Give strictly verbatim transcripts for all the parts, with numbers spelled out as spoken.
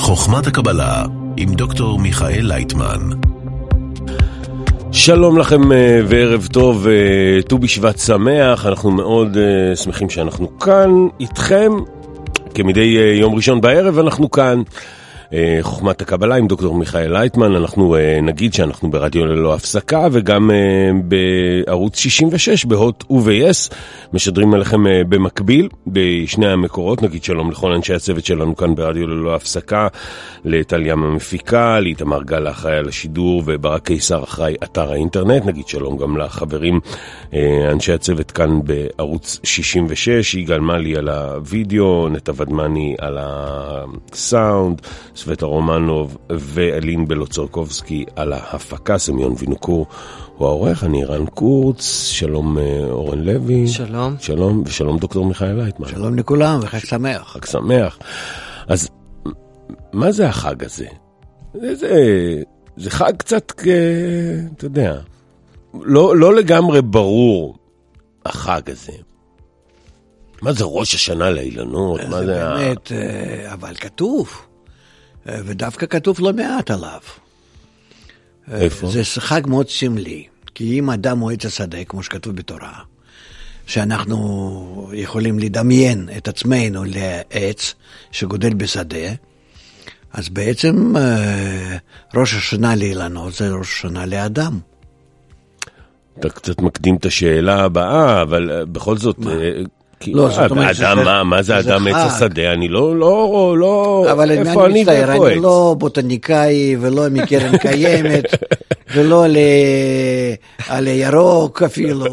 חוכמת הקבלה עם דוקטור מיכאל לייטמן. שלום לכם וערב טוב, ט"ו בשבט שמח. אנחנו מאוד שמחים שאנחנו כאן איתכם. כמדי יום ראשון בערב אנחנו כאן. חוכמת הקבלה עם דוקטור מיכאל לייטמן. אנחנו נגיד שאנחנו ברדיו ללא הפסקה וגם בערוץ שישים ושש בהוט וביס משדרים עליכם במקביל בשני המקורות. נגיד שלום לכל אנשי הצוות שלנו כאן ברדיו ללא הפסקה, לטל ים המפיקה, לאיתמר גל האחראי על השידור וברק קיסר אחראי אתר האינטרנט. נגיד שלום גם לחברים אנשי הצוות כאן בערוץ שישים ושש, יגאל מלי על הוידאו, נטע ודמני על הסאונד, סווטה רומנוב ואלין בלוצרקובסקי על ההפקה, סמיון וינוקור הוא העורך, אני רן קורץ. שלום אורן לוי. שלום. שלום, ושלום דוקטור מיכאל לייטמן. שלום לכולם וחג שמח. חג שמח. אז מה זה החג הזה? זה, זה חג קצת, אתה יודע, לא, לא לגמרי ברור החג הזה. מה זה ראש השנה לאילנות? זה, מה זה זה באמת, ה... אבל כתוב, ודווקא כתוב לא מעט עליו. איפה? זה חג מאוד סמלי, כי אם אדם הוא עץ השדה, כמו שכתוב בתורה, שאנחנו יכולים לדמיין את עצמנו לעץ שגודל בשדה, אז בעצם ראש השנה לאילנות זה ראש השנה לאדם. אתה קצת מקדים את השאלה הבאה, אבל בכל זאת... לא, זאת אומרת אדם, מה, מה זה אדם עץ השדה? אני לא, לא, לא, אבל איפה אני ואיפה עץ? אני לא בוטניקאי ולא מקרן קיימת ולא על ירוק אפילו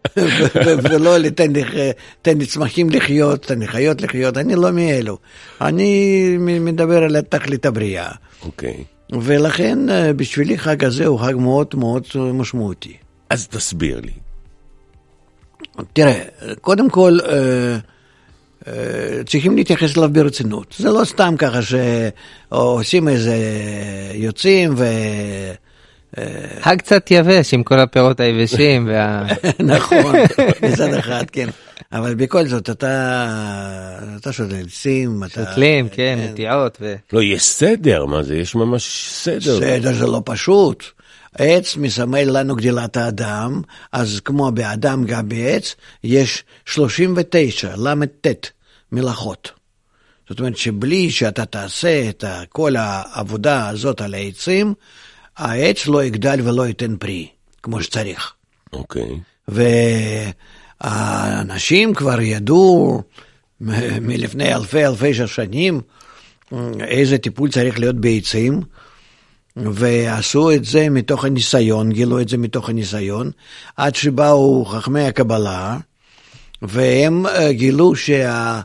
ולא לתן לצמחים לחיות, תן לחיות לחיות, אני לא מאלו. אני מדבר על תכלית הבריאה. אוקיי. ולכן בשבילי חג הזה הוא חג מאוד מאוד משמעותי. אז תסביר לי. תראה, קודם כל אה, אה, צריכים להתייחס אליו ברצינות. זה לא סתם ככה שעושים איזה יוצאים ו... חג קצת יבש עם כל הפירות היבשים. וה... נכון, מצד אחד, כן. אבל בכל זאת, אתה, אתה שותל עצים, שותלים, אתה... כן, נטיעות. ו... לא, יש סדר, מה זה? יש ממש סדר. סדר זה לא פשוט. עץ מסמל לנו גדילת האדם, אז כמו באדם גם בעץ, יש שלושים ותשע, למ"ט מלאכות. זאת אומרת שבלי שאתה תעשה את כל העבודה הזאת על העצים, העץ לא יגדל ולא ייתן פרי, כמו שצריך. אוקיי. והאנשים כבר ידעו מ- מלפני אלפי אלפי שנים, איזה טיפול צריך להיות בעצים, ועשו את זה מתוך הניסיון, גילו את זה מתוך הניסיון, עד שבאו חכמי הקבלה, והם גילו שכל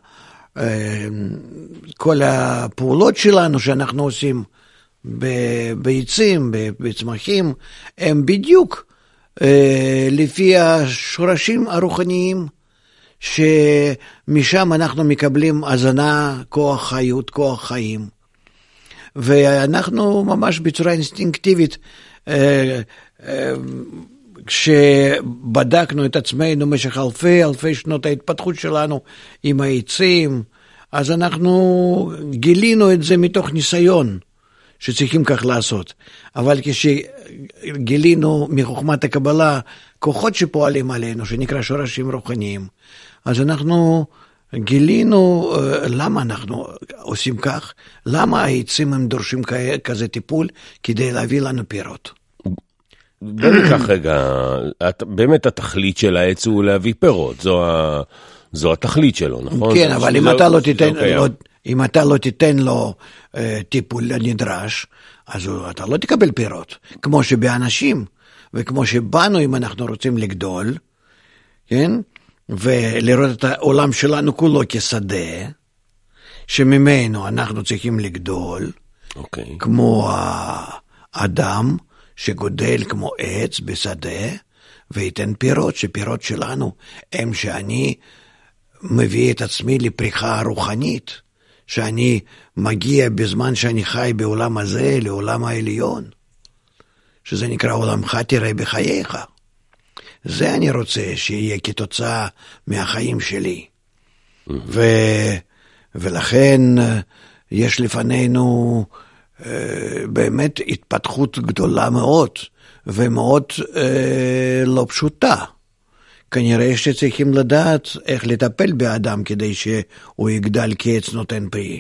הפעולות שלנו שאנחנו עושים בעצים, בצמחים, הם בדיוק לפי השורשים הרוחניים, שמשם אנחנו מקבלים הזנה, כוח חיות, כוח חיים. ואנחנו ממש בצורה אינסטינקטיבית, כשבדקנו את עצמנו במשך אלפי אלפי שנות ההתפתחות שלנו עם העצים, אז אנחנו גילינו את זה מתוך ניסיון שצריכים כך לעשות. אבל כשגילינו מחוכמת הקבלה כוחות שפועלים עלינו, שנקרא שורשים רוחניים, אז אנחנו גילינו למה אנחנו עושים כך, למה העצים הם דורשים כזה טיפול כדי להביא לנו פירות. בוא ניקח רגע, באמת התכלית של העץ הוא להביא פירות, זו, ה, זו התכלית שלו, נכון? כן, אבל זה, אם, זה, אתה לא תיתן, לא, okay. אם אתה לא תיתן לו uh, טיפול הנדרש, אז אתה לא תקבל פירות, כמו שבאנשים, וכמו שבנו אם אנחנו רוצים לגדול, כן? ולראות את העולם שלנו כולו כשדה, שממנו אנחנו צריכים לגדול, okay. כמו האדם שגודל כמו עץ בשדה, וייתן פירות, שפירות שלנו הם שאני מביא את עצמי לפריחה רוחנית, שאני מגיע בזמן שאני חי בעולם הזה, לעולם העליון, שזה נקרא עולמך תראה בחייך. זה אני רוצה שיהיה כתוצאה מהחיים שלי. ו... ולכן יש לפנינו באמת התפתחות גדולה מאוד, ומאוד לא פשוטה. כנראה שצריכים לדעת איך לטפל באדם כדי שהוא יגדל כעץ נותן פרי.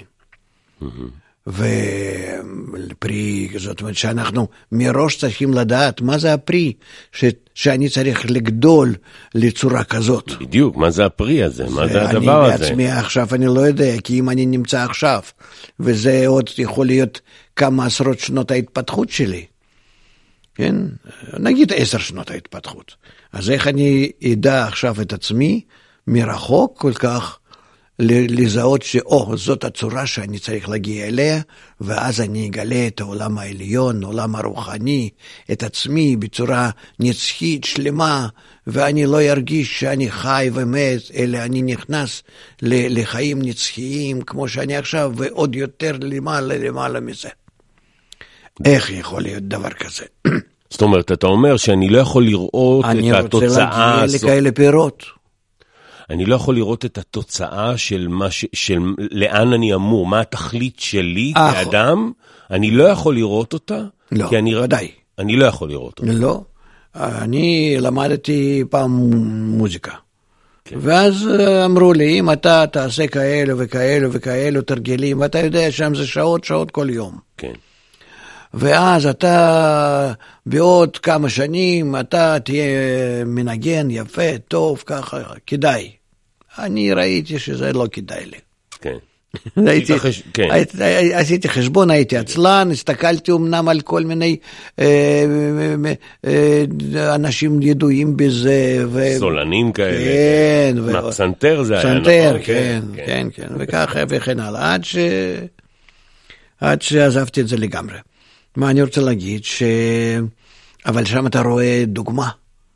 ופרי, זאת אומרת שאנחנו מראש צריכים לדעת מה זה הפרי, ש, שאני צריך לגדול לצורה כזאת. בדיוק, מה זה הפרי הזה? מה זה הדבר הזה? אני בעצמי עכשיו אני לא יודע, כי אם אני נמצא עכשיו, וזה עוד יכול להיות כמה עשרות שנות ההתפתחות שלי, כן? נגיד עשר שנות ההתפתחות. אז איך אני אדע עכשיו את עצמי מרחוק כל כך, לזהות שאו, זאת הצורה שאני צריך להגיע אליה, ואז אני אגלה את העולם העליון, העולם הרוחני, את עצמי בצורה נצחית, שלמה, ואני לא ארגיש שאני חי ומת, אלא אני נכנס לחיים נצחיים, כמו שאני עכשיו, ועוד יותר למעלה, למעלה מזה. איך יכול להיות דבר כזה? זאת אומרת, אתה אומר שאני לא יכול לראות את התוצאה הזאת. אני רוצה להגיע לכאלה פירות. אני לא יכול לראות את התוצאה של, מה ש... של לאן אני אמור, מה התכלית שלי אח... כאדם, אני לא יכול לראות אותה. לא, כי אני... ודאי. אני לא יכול לראות אותה. לא, אני למדתי פעם מוזיקה. כן. ואז אמרו לי, אם אתה תעשה כאלו וכאלו וכאלו תרגלים, ואתה יודע שם זה שעות, שעות כל יום. כן. ואז אתה בעוד כמה שנים אתה תהיה מנגן יפה, טוב, ככה, כדאי. אני ראיתי שזה לא כדאי לי. כן. הייתי, חש... כן. עשיתי חשבון, הייתי עצלן, הסתכלתי אמנם על כל מיני אה, אה, אנשים ידועים בזה. ו... סולנים כאלה. כן. ו... פסנתר זה היה. פסנתר, כן, כן, כן, כן, וככה וכן הלאה, עד ש... עד שעזבתי את זה לגמרי. מה אני רוצה להגיד? ש... אבל שם אתה רואה דוגמה.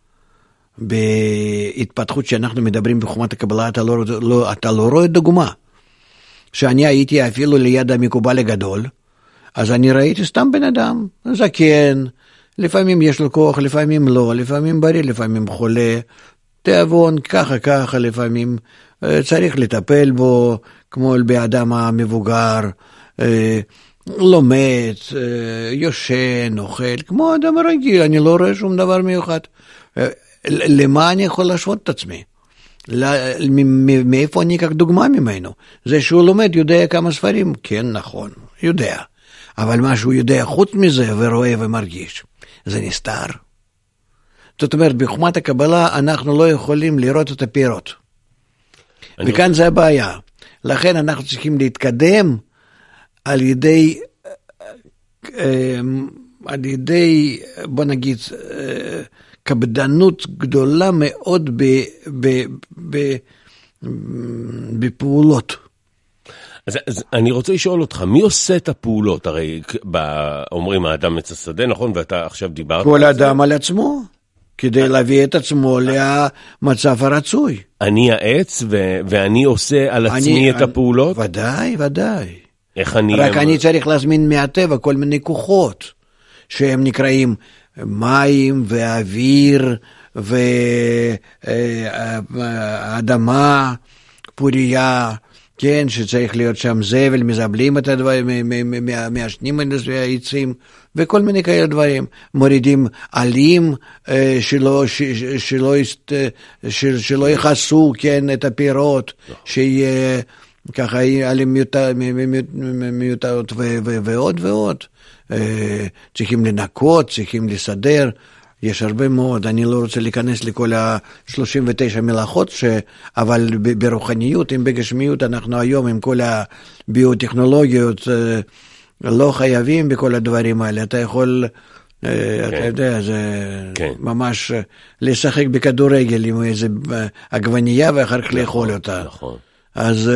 בהתפתחות שאנחנו מדברים בחומת הקבלה, אתה לא, לא, אתה לא רואה דוגמה. שאני הייתי אפילו ליד המקובל הגדול, אז אני ראיתי סתם בן אדם, זקן, לפעמים יש לו כוח, לפעמים לא, לפעמים בריא, לפעמים חולה, תיאבון, ככה ככה, לפעמים צריך לטפל בו, כמו באדם המבוגר, לומד, יושן, אוכל, כמו אדם רגיל, אני לא רואה שום דבר מיוחד. למה אני יכול להשוות את עצמי? מאיפה אני אקח דוגמה ממנו? זה שהוא לומד, יודע כמה ספרים? כן, נכון, יודע. אבל מה שהוא יודע חוץ מזה ורואה ומרגיש, זה נסתר. זאת אומרת, בחומת הקבלה אנחנו לא יכולים לראות את הפירות. וכאן זה הבעיה. לכן אנחנו צריכים להתקדם על ידי, על ידי, בוא נגיד, קפדנות גדולה מאוד ב, ב, ב, בפעולות. אז, אז אני רוצה לשאול אותך, מי עושה את הפעולות? הרי אומרים האדם עץ השדה, נכון? ואתה עכשיו דיברת כל אדם על עצמו, כדי להביא את עצמו למצב הרצוי. אני העץ ו- ואני עושה על עצמי את הפעולות? ודאי, ודאי. איך אני... רק אני צריך להזמין מהטבע כל מיני כוחות, שהם נקראים מים ואוויר ואדמה, פוריה, כן, שצריך להיות שם זבל, מזבלים את הדברים, מהשנים העצים, וכל מיני כאלה דברים. מורידים עלים שלא, שלא, שלא יחסו, כן, את הפירות, שיהיה ככה עלים מיותרות ועוד ועוד. צריכים לנקות, צריכים לסדר, יש הרבה מאוד, אני לא רוצה להיכנס לכל ה-שלושים ותשע מלאכות, ש... אבל ברוחניות, עם בגשמיות, אנחנו היום עם כל הביוטכנולוגיות לא חייבים בכל הדברים האלה, אתה יכול, כן. אתה יודע, זה כן. ממש לשחק בכדורגל עם איזה עגבנייה ואחר כך לאכול אותה. נכון. אז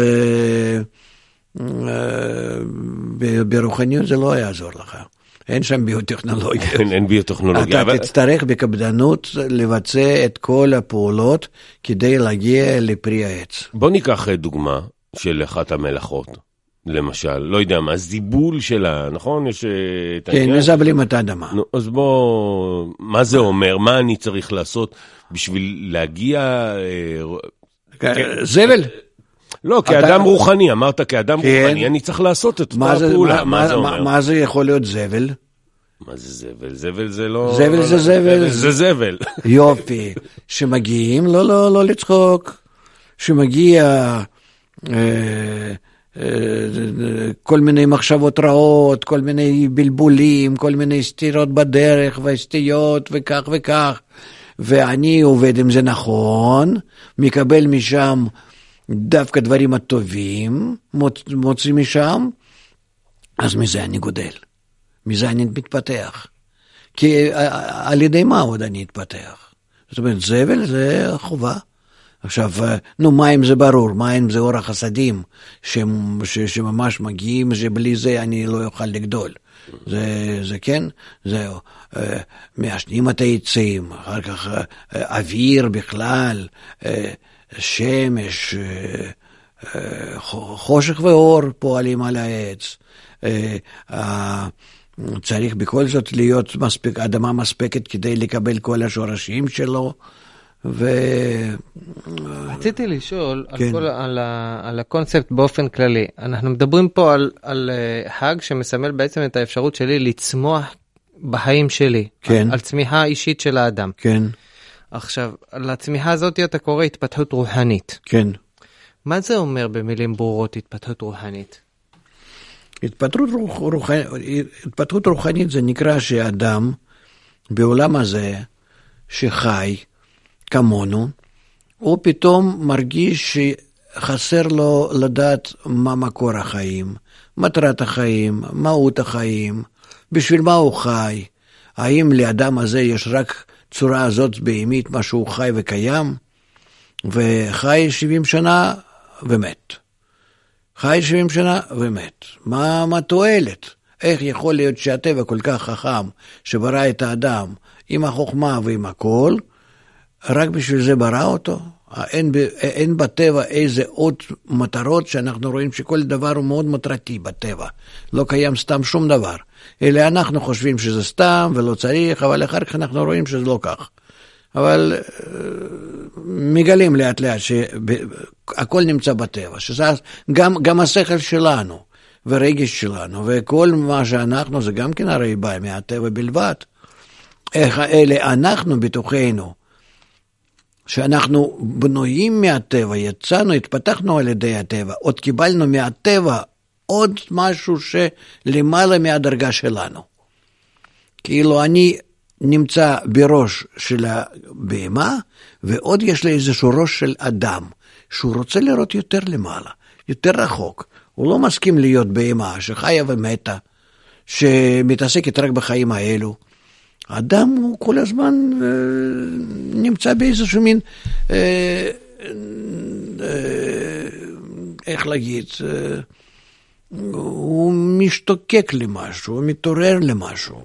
ברוחניות זה לא יעזור לך. אין שם ביוטכנולוגיה. אין, אין ביוטכנולוגיה. אתה אבל... תצטרך בקפדנות לבצע את כל הפעולות כדי להגיע לפרי העץ. בוא ניקח דוגמה של אחת המלאכות. למשל, לא יודע מה, זיבול שלה, נכון? יש... כן, מזבלים את האדמה. נו, אז בוא, מה זה אומר? מה אני צריך לעשות בשביל להגיע... זבל? לא, כאדם רוחני, אמרת כאדם רוחני, אני צריך לעשות את אותה הפעולה. מה זה אומר? מה זה יכול להיות זבל? מה זה זבל? זבל זה לא... זבל זה זבל. זה זבל. יופי. שמגיעים, לא, לא, לא לצחוק. שמגיע כל מיני מחשבות רעות, כל מיני בלבולים, כל מיני סתירות בדרך וסטיות וכך וכך. ואני עובד עם זה נכון, מקבל משם דווקא דברים הטובים, מוציא משם, אז מזה אני גודל. מזה אני מתפתח. כי על ידי מה עוד אני אתפתח? זאת אומרת, זבל זה חובה. עכשיו, נו, מים זה ברור, מים זה אור החסדים, ש, ש, שממש מגיעים, שבלי זה אני לא אוכל לגדול. זה, זה כן, זהו, מעשנים את העצים, אחר כך אוויר בכלל, שמש, חושך ואור פועלים על העץ. צריך בכל זאת להיות מספיק, אדמה מספקת כדי לקבל כל השורשים שלו. ו... רציתי לשאול כן. על, כל, על, ה, על הקונספט באופן כללי. אנחנו מדברים פה על, על חג שמסמל בעצם את האפשרות שלי לצמוח בחיים שלי. כן. על, על צמיחה אישית של האדם. כן. עכשיו, לצמיחה הזאת אתה קורא התפתחות רוחנית. כן. מה זה אומר במילים ברורות התפתחות רוחנית? התפתחות, רוח, רוח, התפתחות רוחנית זה נקרא שאדם בעולם הזה שחי כמונו, הוא פתאום מרגיש שחסר לו לדעת מה מקור החיים, מטרת החיים, מהות החיים, בשביל מה הוא חי, האם לאדם הזה יש רק צורה הזאת בהמית, מה שהוא חי וקיים, וחי שבעים שנה ומת. חי שבעים שנה ומת. מה, מה תועלת? איך יכול להיות שהטבע כל כך חכם, שברא את האדם עם החוכמה ועם הכל, רק בשביל זה ברא אותו? אין, אין בטבע איזה עוד מטרות שאנחנו רואים שכל דבר הוא מאוד מטרתי בטבע. לא קיים סתם שום דבר. אלא אנחנו חושבים שזה סתם ולא צריך, אבל אחר כך אנחנו רואים שזה לא כך. אבל מגלים לאט לאט שהכל נמצא בטבע. שזה גם, גם השכל שלנו ורגש שלנו וכל מה שאנחנו זה גם כן הרי בא מהטבע בלבד. איך אלה אנחנו בתוכנו, שאנחנו בנויים מהטבע, יצאנו, התפתחנו על ידי הטבע, עוד קיבלנו מהטבע עוד משהו שלמעלה מהדרגה שלנו. כאילו אני נמצא בראש של הבהמה, ועוד יש לי איזשהו ראש של אדם, שהוא רוצה לראות יותר למעלה, יותר רחוק. הוא לא מסכים להיות בהמה שחיה ומתה, שמתעסקת רק בחיים האלו. האדם הוא כל הזמן אה, נמצא באיזשהו מין, אה, אה, איך להגיד, אה, הוא משתוקק למשהו, הוא מתעורר למשהו,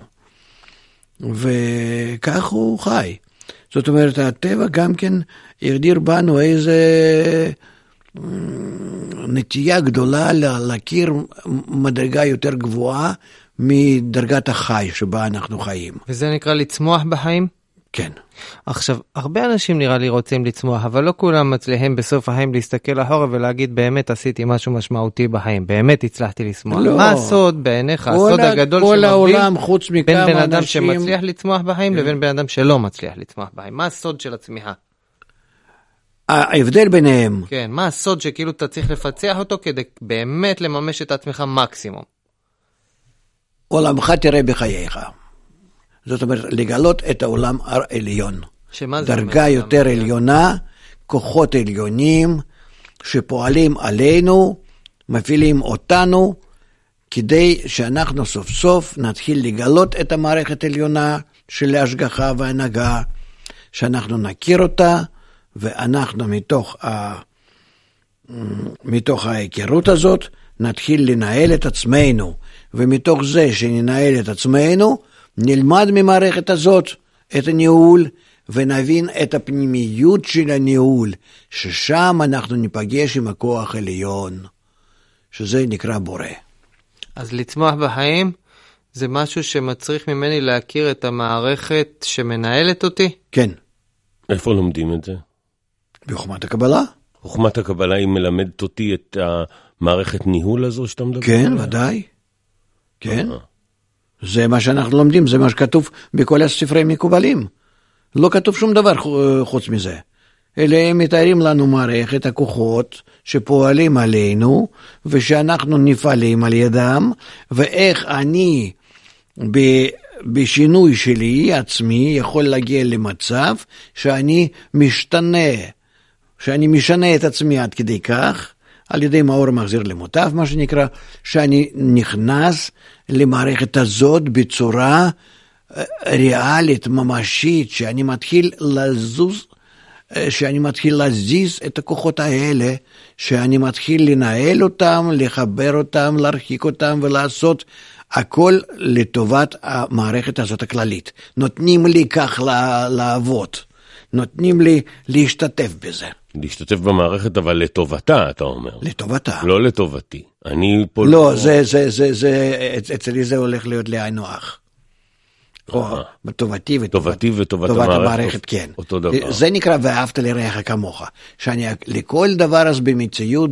וכך הוא חי. זאת אומרת, הטבע גם כן הגדיר בנו איזה נטייה גדולה להכיר מדרגה יותר גבוהה, מדרגת החי שבה אנחנו חיים. וזה נקרא לצמוח בחיים? כן. עכשיו, הרבה אנשים נראה לי רוצים לצמוח, אבל לא כולם מצליחים בסוף החיים להסתכל אחורה ולהגיד, באמת עשיתי משהו משמעותי בחיים, באמת הצלחתי לצמוח. לא. מה הסוד בעיניך, הסוד הגדול שמבדיל בין בן אדם אנשים... שמצליח לצמוח בחיים כן. לבין בן אדם שלא מצליח לצמוח בחיים? מה הסוד של הצמיחה? ההבדל ביניהם. כן, מה הסוד שכאילו אתה צריך לפצח אותו כדי באמת לממש את עצמך מקסימום? עולמך תראה בחייך. זאת אומרת, לגלות את העולם העליון. דרגה יותר עליונה, כוחות עליונים שפועלים עלינו, מפעילים אותנו, כדי שאנחנו סוף סוף נתחיל לגלות את המערכת העליונה של ההשגחה וההנהגה, שאנחנו נכיר אותה, ואנחנו מתוך, ה... מתוך ההיכרות הזאת נתחיל לנהל את עצמנו, ומתוך זה שננהל את עצמנו, נלמד ממערכת הזאת את הניהול, ונבין את הפנימיות של הניהול, ששם אנחנו ניפגש עם הכוח העליון, שזה נקרא בורא. אז לצמוח בחיים זה משהו שמצריך ממני להכיר את המערכת שמנהלת אותי? כן. איפה לומדים את זה? בחוכמת הקבלה. חוכמת הקבלה היא מלמדת אותי את המערכת ניהול הזו שאתה מדבר? כן, ודאי. כן. זה מה שאנחנו לומדים, זה מה שכתוב בכל הספרי מקובלים. לא כתוב שום דבר חוץ מזה. אלא הם מתארים לנו מערכת הכוחות שפועלים עלינו, ושאנחנו נפעלים על ידם, ואיך אני בשינוי שלי עצמי יכול להגיע למצב שאני משתנה, שאני משנה את עצמי עד כדי כך, על ידי מאור מחזיר למוטב, מה שנקרא, שאני נכנס למערכת הזאת בצורה ריאלית, ממשית, שאני מתחיל לזוז, שאני מתחיל להזיז את הכוחות האלה, שאני מתחיל לנהל אותם, לחבר אותם, להרחיק אותם ולעשות הכל לטובת המערכת הזאת הכללית. נותנים לי כך לעבוד, נותנים לי להשתתף בזה. להשתתף במערכת, אבל לטובתה, אתה אומר. לטובתה. לא לטובתי. אני פה... לא, זה, זה, זה, זה, אצלי זה הולך להיות לעין אח. או בטובתי וטובת המערכת, כן. אותו דבר. זה נקרא ואהבת לרעך כמוך. שאני לכל דבר אז במציאות,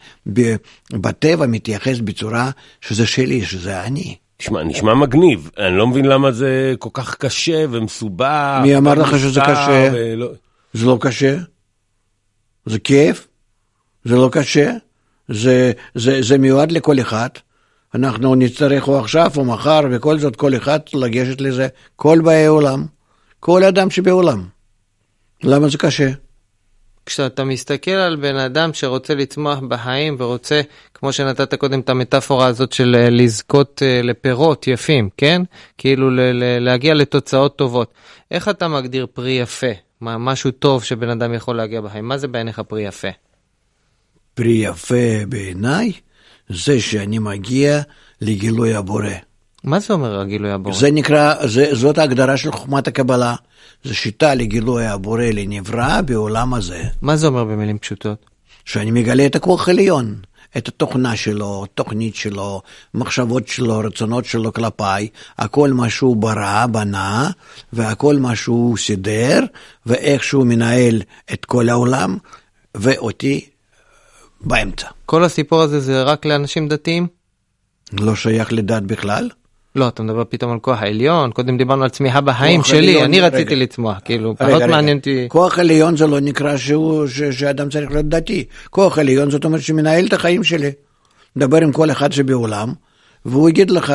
בטבע מתייחס בצורה שזה שלי, שזה אני. נשמע, נשמע מגניב. אני לא מבין למה זה כל כך קשה ומסובך. מי אמר לך שזה קשה? זה לא קשה. זה כיף. זה לא קשה. זה, זה, זה מיועד לכל אחד. אנחנו נצטרך או עכשיו או מחר, וכל זאת כל אחד לגשת לזה, כל באי עולם, כל אדם שבעולם. למה זה קשה? כשאתה מסתכל על בן אדם שרוצה לצמוח בחיים ורוצה, כמו שנתת קודם את המטאפורה הזאת של לזכות לפירות יפים, כן? כאילו להגיע לתוצאות טובות. איך אתה מגדיר פרי יפה? משהו טוב שבן אדם יכול להגיע בחיים? מה זה בעיניך פרי יפה? פרי יפה בעיניי? זה שאני מגיע לגילוי הבורא. מה זה אומר הגילוי הבורא? זה נקרא, זה, זאת ההגדרה של חוכמת הקבלה. זו שיטה לגילוי הבורא לנברא בעולם הזה. מה זה אומר במילים פשוטות? שאני מגלה את הכוח העליון, את התוכנה שלו, תוכנית שלו, מחשבות שלו, רצונות שלו כלפיי, הכל מה שהוא ברא, בנה, והכל מה שהוא סידר, ואיך שהוא מנהל את כל העולם, ואותי באמצע. כל הסיפור הזה זה רק לאנשים דתיים? לא שייך לדת בכלל? לא, אתה מדבר פתאום על כוח העליון, קודם דיברנו על צמיחה בחיים שלי, אני רציתי לצמוח, כאילו, פחות מעניין אותי. כוח העליון זה לא נקרא שאדם צריך להיות דתי. כוח העליון זאת אומרת שמנהל את החיים שלי. דבר עם כל אחד שבעולם, והוא יגיד לך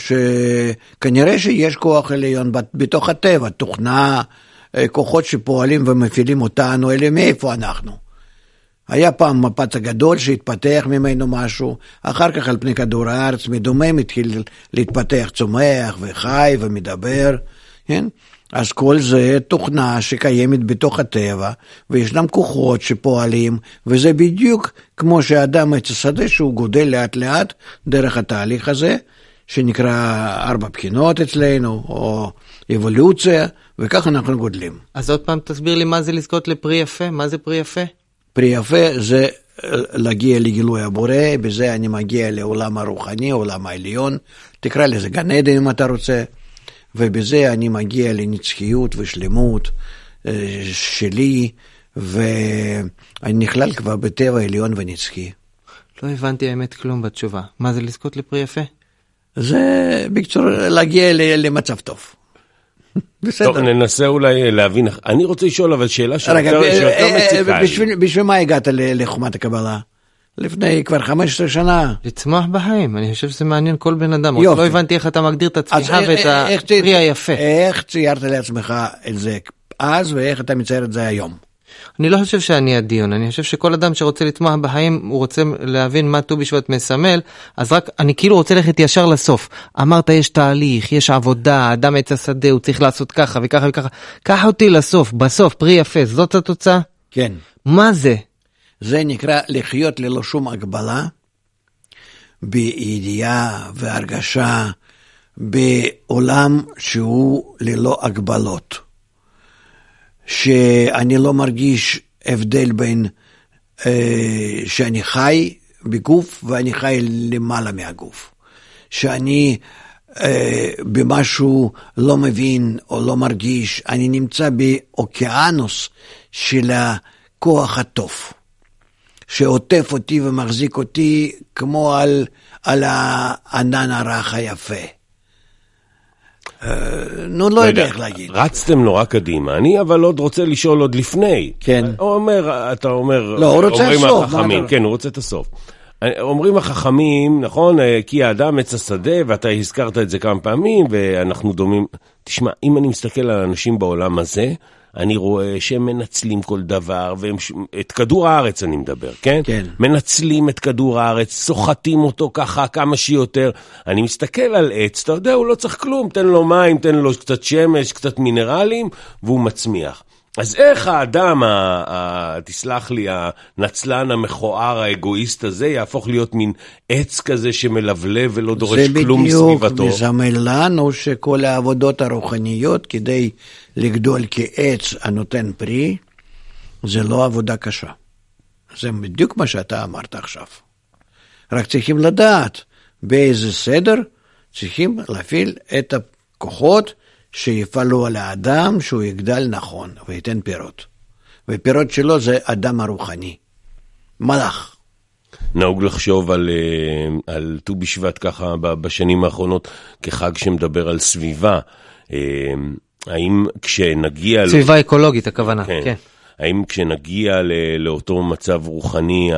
שכנראה שיש כוח עליון בתוך הטבע, תוכנה, כוחות שפועלים ומפעילים אותנו, אלה מאיפה אנחנו. היה פעם מפץ הגדול שהתפתח ממנו משהו, אחר כך על פני כדור הארץ מדומם התחיל להתפתח צומח וחי ומדבר, כן? אז כל זה תוכנה שקיימת בתוך הטבע, וישנם כוחות שפועלים, וזה בדיוק כמו שהאדם עץ השדה שהוא גודל לאט לאט דרך התהליך הזה, שנקרא ארבע בחינות אצלנו, או אבולוציה, וכך אנחנו גודלים. אז עוד פעם תסביר לי מה זה לזכות לפרי יפה, מה זה פרי יפה? פרי יפה זה להגיע לגילוי הבורא, בזה אני מגיע לעולם הרוחני, עולם העליון, תקרא לזה גן עדן אם אתה רוצה, ובזה אני מגיע לנצחיות ושלמות שלי, ואני נכלל כבר בטבע עליון ונצחי. לא הבנתי האמת כלום בתשובה. מה זה לזכות לפרי יפה? זה בקצור להגיע למצב טוב. טוב, ננסה אולי להבין. אני רוצה לשאול אבל שאלה שיותר מציקה לי. בשביל מה הגעת לחוכמת הקבלה? לפני כבר חמש עשרה שנה. לצמוח בחיים, אני חושב שזה מעניין כל בן אדם. לא הבנתי איך אתה מגדיר את הצמיחה ואת הפרי היפה. איך ציירת לעצמך את זה אז ואיך אתה מצייר את זה היום? אני לא חושב שאני הדיון, אני חושב שכל אדם שרוצה לצמוח בחיים, הוא רוצה להבין מה ט"ו בשבט מסמל, אז רק, אני כאילו רוצה ללכת ישר לסוף. אמרת, יש תהליך, יש עבודה, אדם עץ השדה, הוא צריך לעשות ככה וככה וככה. קח אותי לסוף, בסוף, פרי יפה, זאת התוצאה? כן. מה זה? זה נקרא לחיות ללא שום הגבלה, בידיעה והרגשה, בעולם שהוא ללא הגבלות. שאני לא מרגיש הבדל בין אה, שאני חי בגוף ואני חי למעלה מהגוף. שאני אה, במשהו לא מבין או לא מרגיש, אני נמצא באוקיינוס של הכוח הטוב. שעוטף אותי ומחזיק אותי כמו על, על הענן הרך היפה. נו, לא יודע איך להגיד. רצתם נורא קדימה, אני אבל עוד רוצה לשאול עוד לפני. כן. הוא אומר, אתה אומר, לא, הוא רוצה הסוף. כן, הוא רוצה את הסוף. אומרים החכמים, נכון, כי האדם עץ השדה, ואתה הזכרת את זה כמה פעמים, ואנחנו דומים. תשמע, אם אני מסתכל על אנשים בעולם הזה, אני רואה שהם מנצלים כל דבר, והם, את כדור הארץ אני מדבר, כן? כן. מנצלים את כדור הארץ, סוחטים אותו ככה כמה שיותר. אני מסתכל על עץ, אתה יודע, הוא לא צריך כלום, תן לו מים, תן לו קצת שמש, קצת מינרלים, והוא מצמיח. אז איך האדם, ה, ה, תסלח לי, הנצלן, המכוער, האגואיסט הזה, יהפוך להיות מין עץ כזה שמלבלב ולא דורש כלום מסביבתו? זה בדיוק, מסמל לנו שכל העבודות הרוחניות, כדי לגדול כעץ הנותן פרי, זה לא עבודה קשה. זה בדיוק מה שאתה אמרת עכשיו. רק צריכים לדעת באיזה סדר צריכים להפעיל את הכוחות, שיפעלו על האדם שהוא יגדל נכון ויתן פירות. ופירות שלו זה אדם הרוחני. מלאך. נהוג לחשוב על, על ט"ו בשבט ככה בשנים האחרונות כחג שמדבר על סביבה. האם כשנגיע... סביבה לא... אקולוגית הכוונה. כן. כן. האם כשנגיע לאותו מצב רוחני...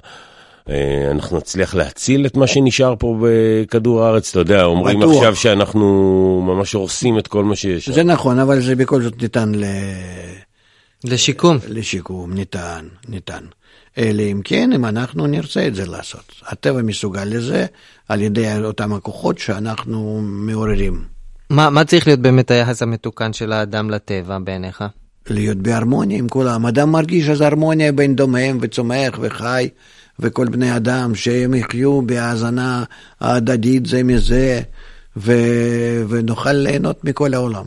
אנחנו נצליח להציל את מה שנשאר פה בכדור הארץ, אתה יודע, אומרים בטוח. עכשיו שאנחנו ממש הורסים את כל מה שיש. זה נכון, אבל זה בכל זאת ניתן ל... לשיקום. לשיקום, ניתן, ניתן. אלא אם כן, אם אנחנו נרצה את זה לעשות. הטבע מסוגל לזה על ידי אותם הכוחות שאנחנו מעוררים. מה, מה צריך להיות באמת היחס המתוקן של האדם לטבע בעיניך? להיות בהרמוניה עם כולם. אדם מרגיש אז הרמוניה בין דומם וצומח וחי, וכל בני אדם שהם יחיו בהאזנה ההדדית זה מזה, ו... ונוכל ליהנות מכל העולם.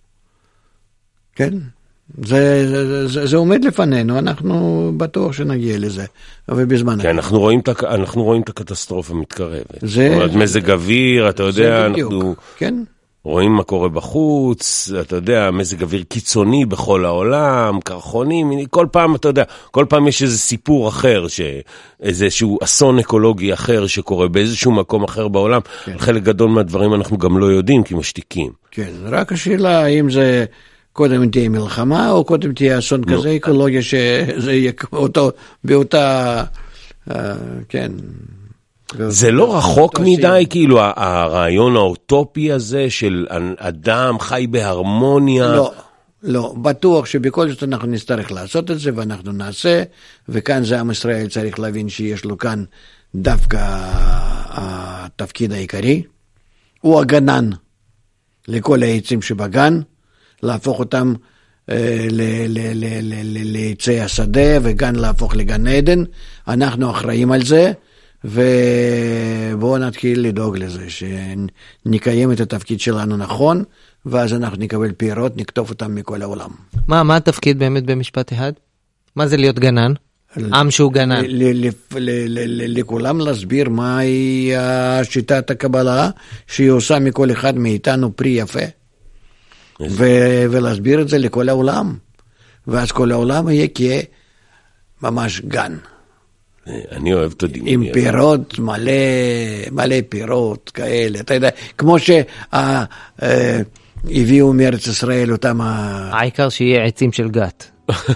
כן? זה, זה, זה, זה עומד לפנינו, אנחנו בטוח שנגיע לזה, ובזמן... כן, אנחנו רואים, את, אנחנו רואים את הקטסטרופה מתקרבת. זה... זאת אומרת, מזג אוויר, אתה יודע, אנחנו... כן. רואים מה קורה בחוץ, אתה יודע, מזג אוויר קיצוני בכל העולם, קרחונים, כל פעם, אתה יודע, כל פעם יש איזה סיפור אחר, איזשהו אסון אקולוגי אחר שקורה באיזשהו מקום אחר בעולם. כן. חלק גדול מהדברים אנחנו גם לא יודעים, כי משתיקים. כן, רק השאלה האם זה קודם תהיה מלחמה, או קודם תהיה אסון לא. כזה אקולוגיה, שזה יהיה אותו, באותה, uh, כן... זה לא רחוק מדי, כאילו, הרעיון האוטופי הזה של אדם חי בהרמוניה? לא, לא. בטוח שבכל זאת אנחנו נצטרך לעשות את זה, ואנחנו נעשה, וכאן זה עם ישראל צריך להבין שיש לו כאן דווקא התפקיד העיקרי. הוא הגנן לכל העצים שבגן, להפוך אותם לעצי השדה, וגן להפוך לגן עדן. אנחנו אחראים על זה. ובואו נתחיל לדאוג לזה, שנקיים את התפקיד שלנו נכון, ואז אנחנו נקבל פירות, נכתוב אותם מכל העולם. מה, מה התפקיד באמת במשפט אחד? מה זה להיות גנן? עם שהוא גנן. לכולם להסביר מהי שיטת הקבלה, שהיא עושה מכל אחד מאיתנו פרי יפה, ולהסביר את זה לכל העולם, ואז כל העולם יהיה כממש גן. אני אוהב את הדימוי. עם פירות, מלא, מלא פירות כאלה. אתה יודע, כמו שהביאו מארץ ישראל אותם... העיקר שיהיה עצים של גת.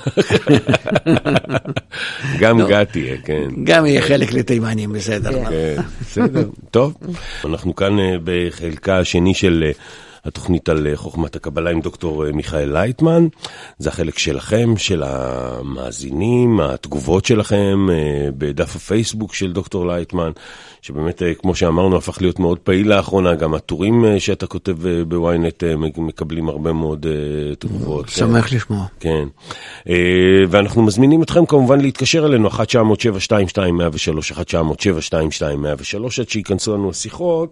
גם גת יהיה, כן. גם יהיה חלק לתימנים, בסדר. בסדר, טוב. אנחנו כאן בחלקה השני של... התוכנית על חוכמת הקבלה עם דוקטור מיכאל לייטמן. זה החלק שלכם, של המאזינים, התגובות שלכם בדף הפייסבוק של דוקטור לייטמן, שבאמת, כמו שאמרנו, הפך להיות מאוד פעיל לאחרונה. גם הטורים שאתה כותב בוויינט מקבלים הרבה מאוד תגובות. שמח לשמוע. כן. ואנחנו מזמינים אתכם כמובן להתקשר אלינו, אחת תשע אפס אפס שבע שתיים שתיים מאה ושלוש, אחת תשע אפס אפס שבע שתיים שתיים מאה ושלוש, עד שיכנסו לנו השיחות.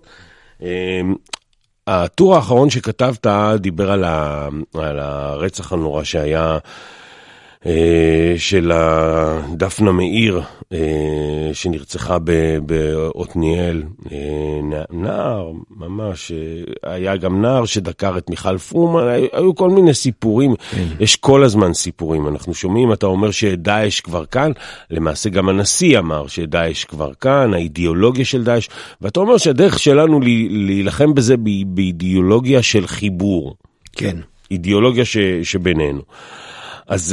הטור האחרון שכתבת דיבר על, ה, על הרצח הנורא שהיה של דפנה מאיר, שנרצחה בעתניאל, נער, ממש, היה גם נער שדקר את מיכל פרומן, היו כל מיני סיפורים, יש כל הזמן סיפורים, אנחנו שומעים, אתה אומר שדאעש כבר כאן, למעשה גם הנשיא אמר שדאעש כבר כאן, האידיאולוגיה של דאעש, ואתה אומר שהדרך שלנו להילחם בזה באידיאולוגיה של חיבור. כן. אידיאולוגיה ש, שבינינו. אז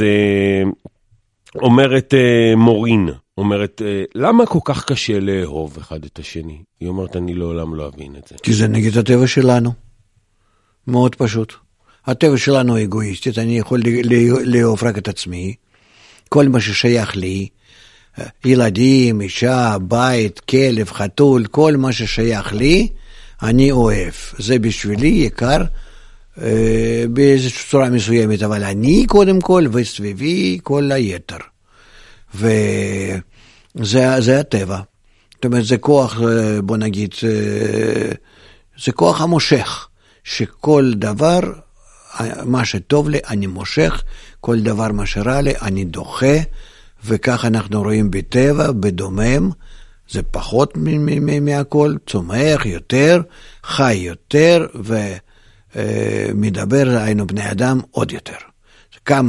אומרת מורין, אומרת, למה כל כך קשה לאהוב אחד את השני? היא אומרת, אני לעולם לא אבין את זה. כי זה נגד הטבע שלנו. מאוד פשוט. הטבע שלנו אגואיסטית, אני יכול לאהוב רק את עצמי. כל מה ששייך לי, ילדים, אישה, בית, כלב, חתול, כל מה ששייך לי, אני אוהב. זה בשבילי יקר, באיזושהי צורה מסוימת, אבל אני קודם כל וסביבי כל היתר. וזה זה הטבע. זאת אומרת, זה כוח, בוא נגיד, זה כוח המושך, שכל דבר, מה שטוב לי, אני מושך, כל דבר מה שרע לי, אני דוחה, וכך אנחנו רואים בטבע, בדומם, זה פחות מהכל, צומח יותר, חי יותר, ו... מדבר היינו בני אדם עוד יותר. כמה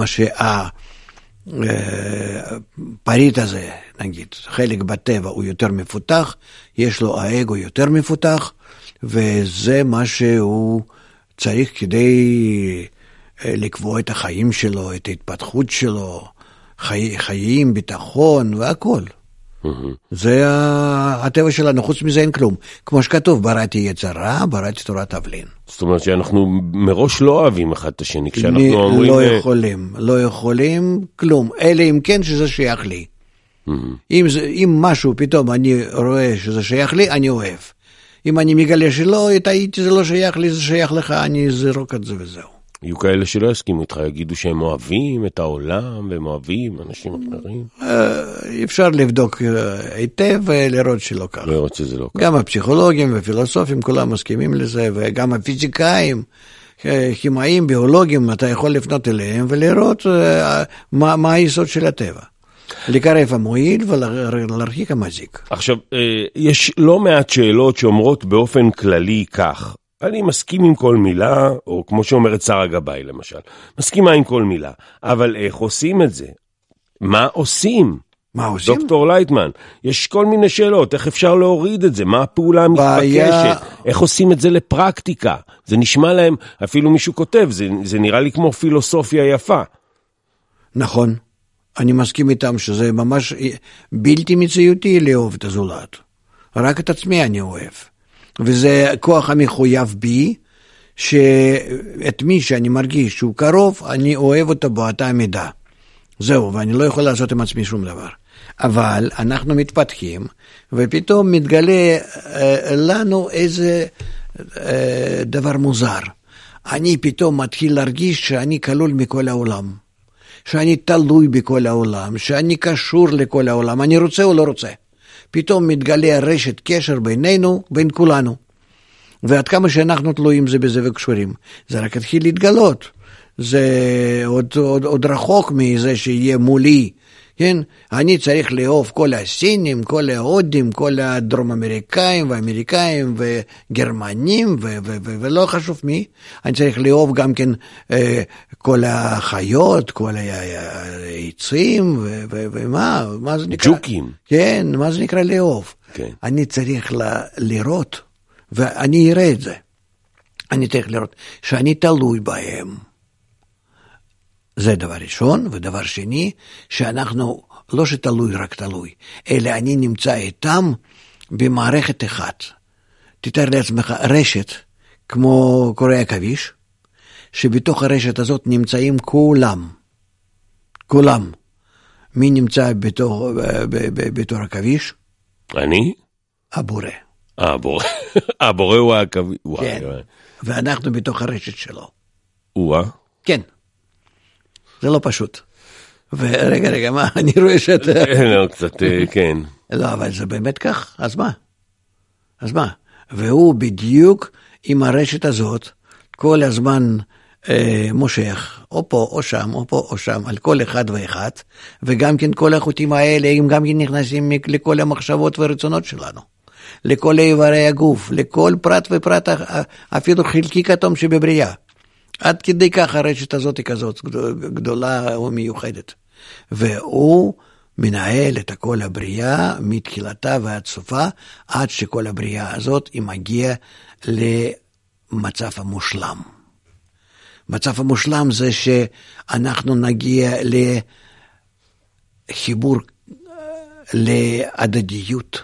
שהפריט הזה, נגיד, חלק בטבע הוא יותר מפותח, יש לו האגו יותר מפותח, וזה מה שהוא צריך כדי לקבוע את החיים שלו, את ההתפתחות שלו, חי, חיים, ביטחון והכל. זה הטבע שלנו, חוץ מזה אין כלום. כמו שכתוב, בראתי יצר רע, בראתי תורת תבלין. זאת אומרת שאנחנו מראש לא אוהבים אחד את השני, כשאנחנו אומרים... לא יכולים, לא יכולים כלום, אלא אם כן שזה שייך לי. אם, אם משהו פתאום אני רואה שזה שייך לי, אני אוהב. אם אני מגלה שלא, הייתי זה לא שייך לי, זה שייך לך, אני זרוק את זה וזהו. יהיו כאלה שלא יסכימו איתך, יגידו שהם אוהבים את העולם, והם אוהבים אנשים אחרים. אפשר לבדוק היטב ולראות שלא ככה. לראות שזה לא ככה. גם הפסיכולוגים והפילוסופים כולם מסכימים לזה, וגם הפיזיקאים, כימאים, ביולוגים, אתה יכול לפנות אליהם ולראות מה, מה היסוד של הטבע. לקרב המועיל ולהרחיק המזיק. עכשיו, יש לא מעט שאלות שאומרות באופן כללי כך, אני מסכים עם כל מילה, או כמו שאומרת שרה גבאי למשל, מסכימה עם כל מילה, אבל איך עושים את זה? מה עושים? מה עושים? דוקטור לייטמן, יש כל מיני שאלות, איך אפשר להוריד את זה? מה הפעולה המתבקשת? בעיה... איך עושים את זה לפרקטיקה? זה נשמע להם, אפילו מישהו כותב, זה, זה נראה לי כמו פילוסופיה יפה. נכון, אני מסכים איתם שזה ממש בלתי מציאותי לאהוב את הזולת. רק את עצמי אני אוהב. וזה כוח המחויב בי, שאת מי שאני מרגיש שהוא קרוב, אני אוהב אותו באותה מידה. זהו, ואני לא יכול לעשות עם עצמי שום דבר. אבל אנחנו מתפתחים, ופתאום מתגלה אה, לנו איזה אה, דבר מוזר. אני פתאום מתחיל להרגיש שאני כלול מכל העולם. שאני תלוי בכל העולם, שאני קשור לכל העולם. אני רוצה או לא רוצה. פתאום מתגלה רשת קשר בינינו, בין כולנו. ועד כמה שאנחנו תלויים זה בזה וקשורים. זה רק התחיל להתגלות. זה עוד, עוד, עוד רחוק מזה שיהיה מולי. כן? אני צריך לאהוב כל הסינים, כל ההודים, כל הדרום אמריקאים ואמריקאים וגרמנים ו- ו- ו- ולא חשוב מי. אני צריך לאהוב גם כן אה, כל החיות, כל העצים ו- ו- ומה, מה זה נקרא? ג'וקים. כן, מה זה נקרא לאהוב? כן. אני צריך ל- לראות, ואני אראה את זה. אני צריך לראות שאני תלוי בהם. זה דבר ראשון, ודבר שני, שאנחנו לא שתלוי רק תלוי, אלא אני נמצא איתם במערכת אחת. תתאר לעצמך רשת, כמו קורי עכביש, שבתוך הרשת הזאת נמצאים כולם. כולם. מי נמצא בתור, בתור עכביש? אני? הבורא. הבורא. הבורא הוא העכביש. כן. ואנחנו בתוך הרשת שלו. וואה. כן. זה לא פשוט. ורגע, רגע, מה? אני רואה שאתה... לא, קצת, כן. לא, אבל זה באמת כך, אז מה? אז מה? והוא בדיוק עם הרשת הזאת, כל הזמן אה, מושך, או פה או שם, או פה או שם, על כל אחד ואחד, וגם כן כל החוטים האלה, הם גם כן נכנסים לכל המחשבות והרצונות שלנו, לכל איברי הגוף, לכל פרט ופרט, אפילו חלקי כתום שבבריאה. עד כדי כך הרשת הזאת היא כזאת גדולה ומיוחדת. והוא מנהל את כל הבריאה מתחילתה ועד סופה, עד שכל הבריאה הזאת היא מגיעה למצב המושלם. מצב המושלם זה שאנחנו נגיע לחיבור, להדדיות,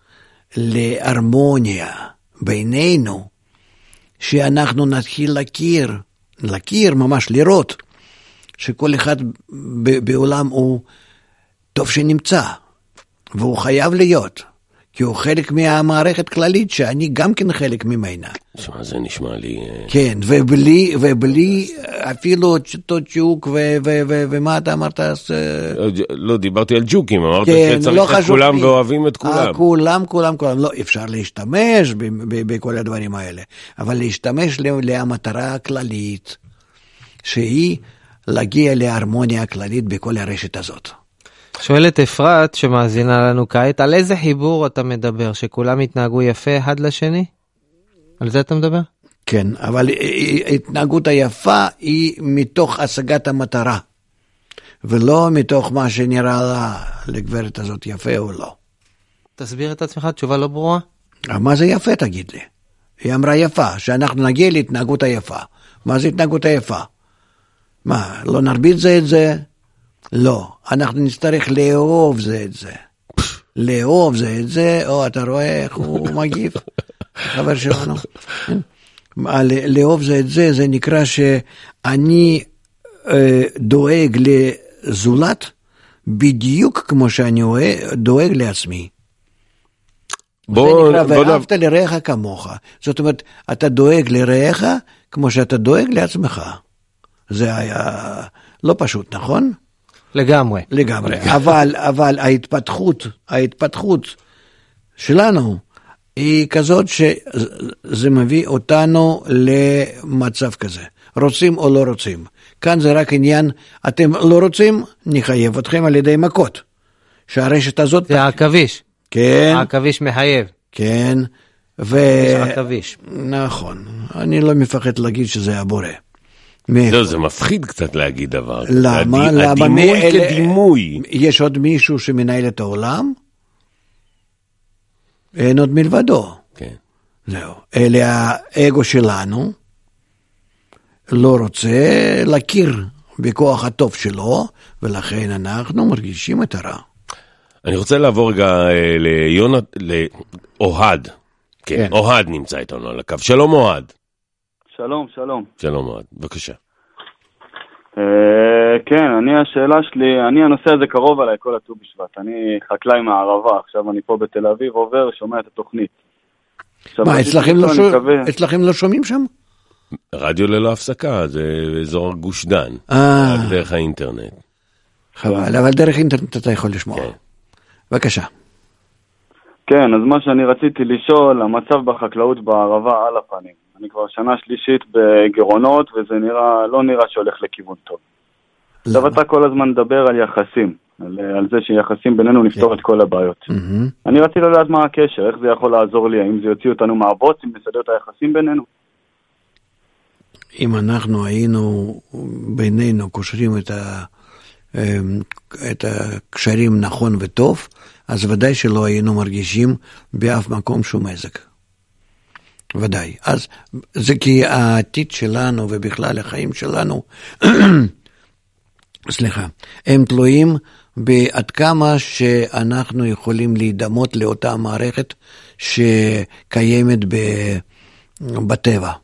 להרמוניה בינינו, שאנחנו נתחיל להכיר, להכיר, ממש לראות, שכל אחד בעולם הוא טוב שנמצא, והוא חייב להיות, כי הוא חלק מהמערכת כללית, שאני גם כן חלק ממנה. שמה זה נשמע לי... כן, ובלי, ובלי אפילו צ'וק, ומה אתה אמרת? לא, דיברתי על ג'וקים, אמרת שצריך את כולם ואוהבים את כולם. כולם, כולם, כולם. לא, אפשר להשתמש בכל הדברים האלה, אבל להשתמש למטרה הכללית, שהיא להגיע להרמוניה הכללית בכל הרשת הזאת. שואלת אפרת שמאזינה לנו כעת, על איזה חיבור אתה מדבר? שכולם יתנהגו יפה אחד לשני? על זה אתה מדבר? כן, אבל התנהגות היפה היא מתוך השגת המטרה, ולא מתוך מה שנראה לה לגברת הזאת יפה או לא. תסביר את עצמך, תשובה לא ברורה? מה זה יפה תגיד לי? היא אמרה יפה, שאנחנו נגיע להתנהגות היפה. מה זה התנהגות היפה? מה, לא נרביץ זה את זה? לא, אנחנו נצטרך לאהוב זה את זה. לאהוב זה את זה, או אתה רואה איך הוא מגיב, חבר שלנו. לאהוב זה את זה, זה נקרא שאני אה, דואג לזולת, בדיוק כמו שאני דואג לעצמי. בוא, זה נקרא, ואהבת לרעך כמוך. זאת אומרת, אתה דואג לרעך כמו שאתה דואג לעצמך. זה היה לא פשוט, נכון? לגמרי. לגמרי. אבל, אבל ההתפתחות, ההתפתחות שלנו היא כזאת שזה מביא אותנו למצב כזה. רוצים או לא רוצים. כאן זה רק עניין, אתם לא רוצים, נחייב אתכם על ידי מכות. שהרשת הזאת... זה העכביש. כן. העכביש מחייב. כן. ו... יש עכביש. נכון. אני לא מפחד להגיד שזה הבורא. לא, זה מפחיד קצת להגיד דבר. למה? הדימוי כדימוי. יש עוד מישהו שמנהל את העולם? אין עוד מלבדו. כן. זהו. אלה האגו שלנו, לא רוצה להכיר בכוח הטוב שלו, ולכן אנחנו מרגישים את הרע. אני רוצה לעבור רגע ליונת, לאוהד. כן, אוהד נמצא איתנו על הקו. שלום אוהד. שלום, שלום. שלום אוהד, בבקשה. כן, אני השאלה שלי, אני הנושא הזה קרוב עליי כל הט"ו בשבט. אני חקלאי מהערבה, עכשיו אני פה בתל אביב, עובר, שומע את התוכנית. מה, אצלכם לא שומעים שם? רדיו ללא הפסקה, זה אזור גוש דן, דרך האינטרנט. חבל, אבל דרך האינטרנט אתה יכול לשמוע. בבקשה. כן, אז מה שאני רציתי לשאול, המצב בחקלאות בערבה על הפנים. אני כבר שנה שלישית בגירעונות, וזה נראה, לא נראה שהולך לכיוון טוב. עכשיו אתה כל הזמן מדבר על יחסים, על, על זה שיחסים בינינו נפתור את כל הבעיות. אני רציתי לדעת מה הקשר, איך זה יכול לעזור לי, האם זה יוציא אותנו מהבוץ, אם נסדר את היחסים בינינו. אם אנחנו היינו בינינו קושרים את, ה, את הקשרים נכון וטוב, אז ודאי שלא היינו מרגישים באף מקום שום מזג. ודאי. אז זה כי העתיד שלנו ובכלל החיים שלנו, סליחה, הם תלויים בעד כמה שאנחנו יכולים להידמות לאותה מערכת שקיימת בטבע.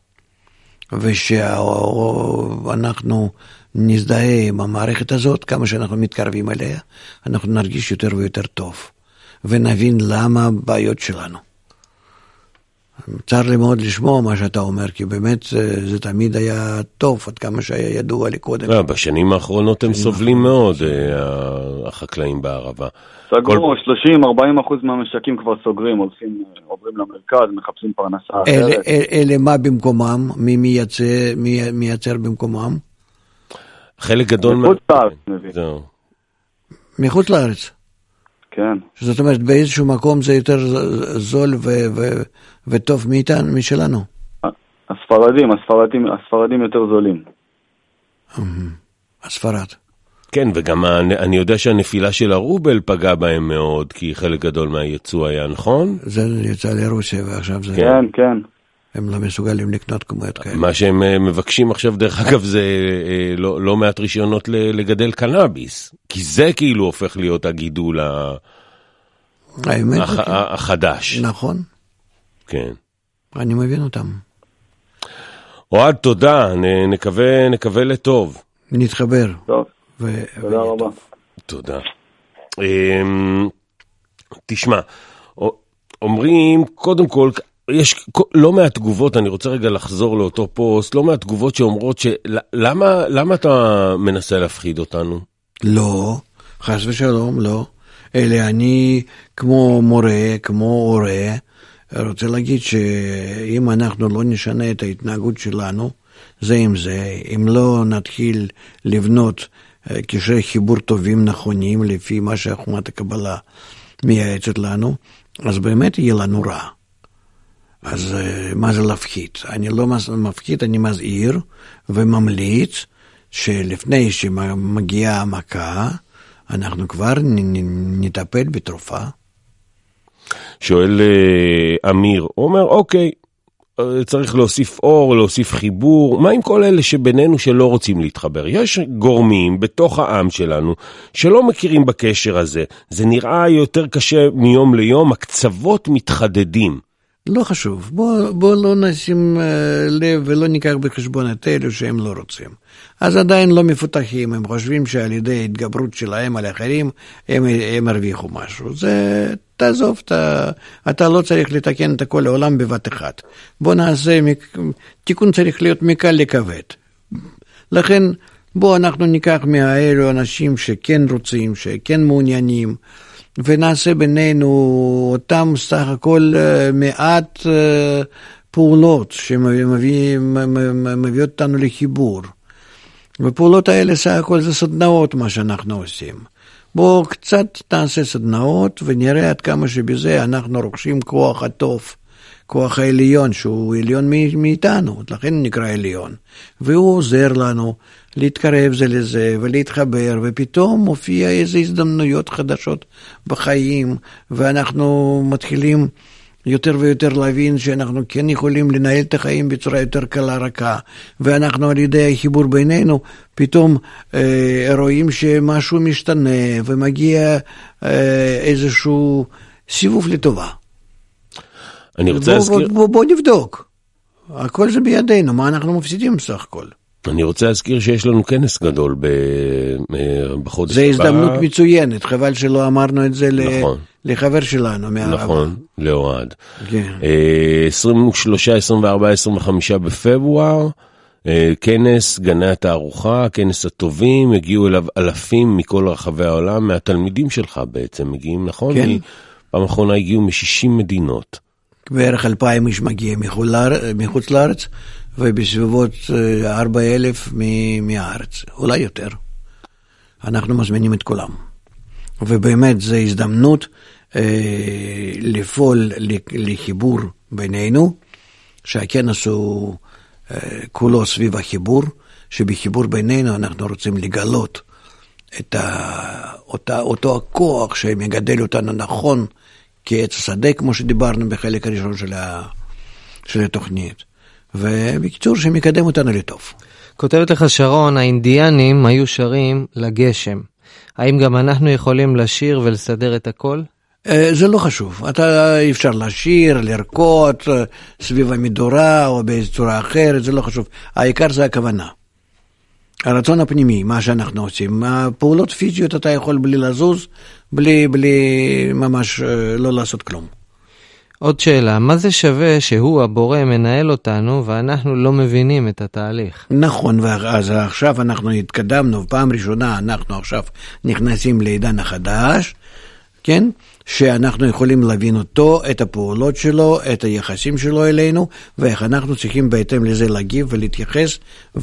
ושאנחנו נזדהה עם המערכת הזאת, כמה שאנחנו מתקרבים אליה, אנחנו נרגיש יותר ויותר טוב, ונבין למה הבעיות שלנו. צר לי מאוד לשמוע מה שאתה אומר, כי באמת זה, זה תמיד היה טוב, עד כמה שהיה ידוע לי קודם. לא, בשנים האחרונות הם סובלים מאוד, החקלאים בערבה. סגרו, שלושים עד ארבעים אחוז מהמשקים כבר סוגרים, הולכים, עוברים למרכז, מחפשים פרנסה אחרת. אלה מה במקומם? מי מייצר, מי מייצר במקומם? חלק גדול... מחוץ לארץ, מביא. זהו. מחוץ לארץ? כן. זאת אומרת, באיזשהו מקום זה יותר זול ו- ו- וטוב מאיתנו, משלנו. הספרדים, הספרדים, הספרדים יותר זולים. הספרד. כן, וגם אני יודע שהנפילה של הרובל פגע בהם מאוד, כי חלק גדול מהייצוא היה, נכון? זה יצא לרוסיה, ועכשיו זה... כן, כן. הם לא מסוגלים לקנות כמויות כאלה. מה שהם מבקשים עכשיו, דרך אגב, זה לא, לא מעט רישיונות לגדל קנאביס, כי זה כאילו הופך להיות הגידול הח... החדש. נכון. כן. אני מבין אותם. אוהד, תודה, נקווה, נקווה לטוב. נתחבר. טוב. ו... תודה רבה. תודה. תשמע, אומרים, קודם כל, יש לא מעט תגובות, אני רוצה רגע לחזור לאותו פוסט, לא מעט תגובות שאומרות שלמה, למה אתה מנסה להפחיד אותנו? לא, חס ושלום, לא. אלא אני כמו מורה, כמו הורה, רוצה להגיד שאם אנחנו לא נשנה את ההתנהגות שלנו, זה עם זה, אם לא נתחיל לבנות קשרי חיבור טובים נכונים, לפי מה שחומת הקבלה מייעצת לנו, אז באמת יהיה לנו רע. אז מה זה להפחיד? אני לא מפחיד, אני מזהיר וממליץ שלפני שמגיעה המכה, אנחנו כבר נטפל בתרופה. שואל אמיר, אומר, אוקיי, צריך להוסיף אור, להוסיף חיבור, מה עם כל אלה שבינינו שלא רוצים להתחבר? יש גורמים בתוך העם שלנו שלא מכירים בקשר הזה, זה נראה יותר קשה מיום ליום, הקצוות מתחדדים. לא חשוב, בוא, בוא לא נשים uh, לב ולא ניקח בחשבון את אלו שהם לא רוצים. אז עדיין לא מפותחים, הם חושבים שעל ידי התגברות שלהם על אחרים, הם, הם הרוויחו משהו. זה, תעזוב, אתה, אתה לא צריך לתקן את כל העולם בבת אחת. בוא נעשה, תיקון צריך להיות מקל לכבד. לכן, בוא אנחנו ניקח מהאלו אנשים שכן רוצים, שכן מעוניינים, ונעשה בינינו אותם סך הכל מעט פעולות שמביאות אותנו לחיבור. ופעולות האלה סך הכל זה סדנאות מה שאנחנו עושים. בואו קצת נעשה סדנאות ונראה עד כמה שבזה אנחנו רוכשים כוח הטוב, כוח העליון שהוא עליון מאיתנו, לכן נקרא עליון. והוא עוזר לנו להתקרב זה לזה ולהתחבר, ופתאום מופיע איזה הזדמנויות חדשות בחיים, ואנחנו מתחילים יותר ויותר להבין שאנחנו כן יכולים לנהל את החיים בצורה יותר קלה רכה, ואנחנו על ידי החיבור בינינו פתאום אה, רואים שמשהו משתנה ומגיע אה, איזשהו סיבוב לטובה. אני רוצה בוא, להזכיר... בוא, בוא, בוא נבדוק, הכל זה בידינו, מה אנחנו מפסידים סך הכל. אני רוצה להזכיר שיש לנו כנס גדול בחודש הבא. זה הזדמנות מצוינת, חבל שלא אמרנו את זה נכון. לחבר שלנו מהערבה. נכון, לאוהד. כן. עשרים ושלושה, עשרים וארבעה, עשרים וחמישה בפברואר, כנס גני התערוכה, כנס הטובים, הגיעו אליו אלפים מכל רחבי העולם, מהתלמידים שלך בעצם מגיעים, נכון? כן. פעם האחרונה הגיעו מ-שישים מדינות. בערך אלפיים איש מגיעים מחוץ לארץ, ובסביבות ארבע אלף מהארץ, אולי יותר. אנחנו מזמינים את כולם. ובאמת זו הזדמנות אה, לפעול לחיבור בינינו, שהכנס הוא אה, כולו סביב החיבור, שבחיבור בינינו אנחנו רוצים לגלות את ה, אותה, אותו הכוח שמגדל אותנו נכון כעץ השדה, כמו שדיברנו בחלק הראשון של, ה, של התוכנית. ובקיצור שמקדם אותנו לטוב. כותבת לך שרון, האינדיאנים היו שרים לגשם. האם גם אנחנו יכולים לשיר ולסדר את הכל? זה לא חשוב. אתה אפשר לשיר, לרקוד, סביב המדורה או באיזו צורה אחרת, זה לא חשוב. העיקר זה הכוונה. הרצון הפנימי, מה שאנחנו עושים. הפעולות פיזיות אתה יכול בלי לזוז, בלי, בלי ממש לא לעשות כלום. עוד שאלה, מה זה שווה שהוא הבורא מנהל אותנו ואנחנו לא מבינים את התהליך? נכון, אז עכשיו אנחנו התקדמנו, פעם ראשונה אנחנו עכשיו נכנסים לעידן החדש, כן? שאנחנו יכולים להבין אותו, את הפעולות שלו, את היחסים שלו אלינו, ואיך אנחנו צריכים בהתאם לזה להגיב ולהתייחס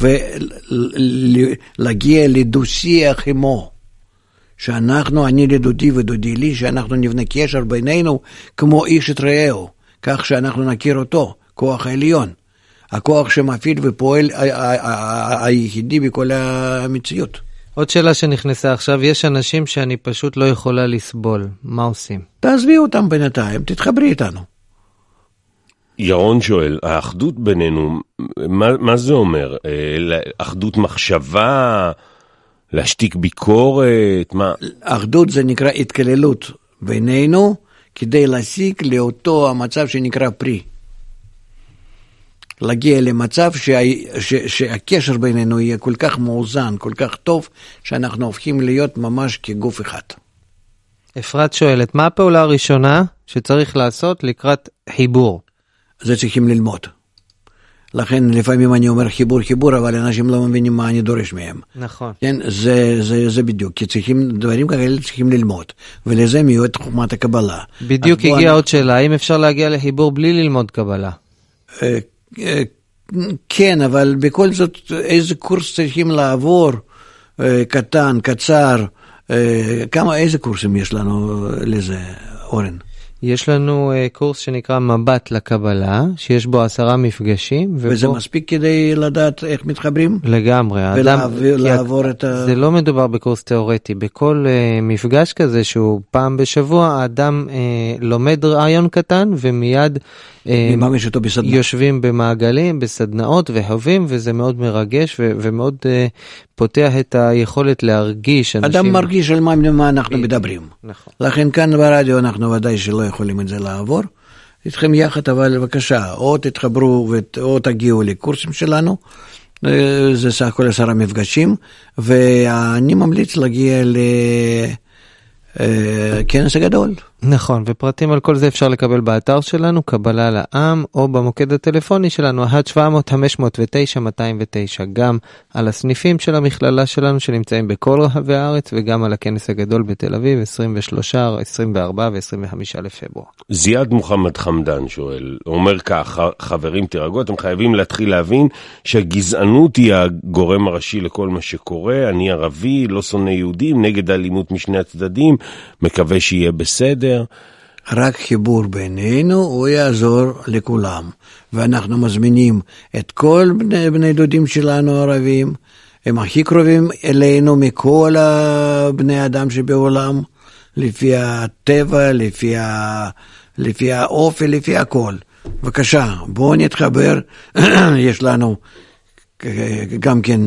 ולהגיע לדו-שיח עמו. שאנחנו, אני לדודי ודודי לי, שאנחנו נבנה קשר בינינו כמו איש את רעהו, כך שאנחנו נכיר אותו, כוח העליון, הכוח שמפעיל ופועל היחידי בכל המציאות. עוד שאלה שנכנסה עכשיו, יש אנשים שאני פשוט לא יכולה לסבול, מה עושים? תעזבי אותם בינתיים, תתחברי איתנו. ירון שואל, האחדות בינינו, מה, מה זה אומר? אחדות מחשבה, להשתיק ביקורת, מה? אחדות זה נקרא התכללות בינינו, כדי להשיג לאותו המצב שנקרא פרי. להגיע למצב שה, ש, שהקשר בינינו יהיה כל כך מאוזן, כל כך טוב, שאנחנו הופכים להיות ממש כגוף אחד. אפרת שואלת, מה הפעולה הראשונה שצריך לעשות לקראת חיבור? זה צריכים ללמוד. לכן לפעמים אני אומר חיבור חיבור, אבל אנשים לא מבינים מה אני דורש מהם. נכון. כן, זה, זה, זה בדיוק, כי צריכים, דברים כאלה צריכים ללמוד, ולזה מיועד חוכמת הקבלה. בדיוק הגיעה אני... עוד שאלה, האם אפשר להגיע לחיבור בלי ללמוד קבלה? כן, אבל בכל זאת איזה קורס צריכים לעבור, קטן, קצר, כמה, איזה קורסים יש לנו לזה, אורן? יש לנו uh, קורס שנקרא מבט לקבלה, שיש בו עשרה מפגשים. וזה ובו... מספיק כדי לדעת איך מתחברים? לגמרי. ולעבור את ה... זה לא מדובר בקורס תיאורטי. בכל uh, מפגש כזה שהוא פעם בשבוע, האדם uh, לומד רעיון קטן ומיד uh, יושבים במעגלים, בסדנאות וחווים, וזה מאוד מרגש ו- ומאוד uh, פותח את היכולת להרגיש. אנשים... אדם מרגיש על מה, מה אנחנו מדברים. נכון. לכן כאן ברדיו אנחנו ודאי שלא יכולים את זה לעבור. איתכם יחד, אבל בבקשה, או תתחברו או תגיעו לקורסים שלנו. זה סך הכל עשרה מפגשים, ואני ממליץ להגיע לכנס הגדול. נכון, ופרטים על כל זה אפשר לקבל באתר שלנו, קבלה לעם, או במוקד הטלפוני שלנו, אחת שבע מאות חמש מאות ותשע מאתיים ותשע, גם על הסניפים של המכללה שלנו שנמצאים בכל רחבי הארץ, וגם על הכנס הגדול בתל אביב, עשרים ושלושה, עשרים וארבעה ו-עשרים וחמישה לפברואר. זיאד מוחמד חמדן שואל, אומר כך, חברים תירגעו, אתם חייבים להתחיל להבין שהגזענות היא הגורם הראשי לכל מה שקורה, אני ערבי, לא שונא יהודים, נגד האלימות משני הצדדים, מקווה שיהיה בסדר. רק חיבור בינינו הוא יעזור לכולם, ואנחנו מזמינים את כל בני, בני דודים שלנו ערבים, הם הכי קרובים אלינו מכל בני אדם שבעולם, לפי הטבע, לפי, ה, לפי האופי, לפי הכל. בבקשה, בואו נתחבר, יש לנו גם כן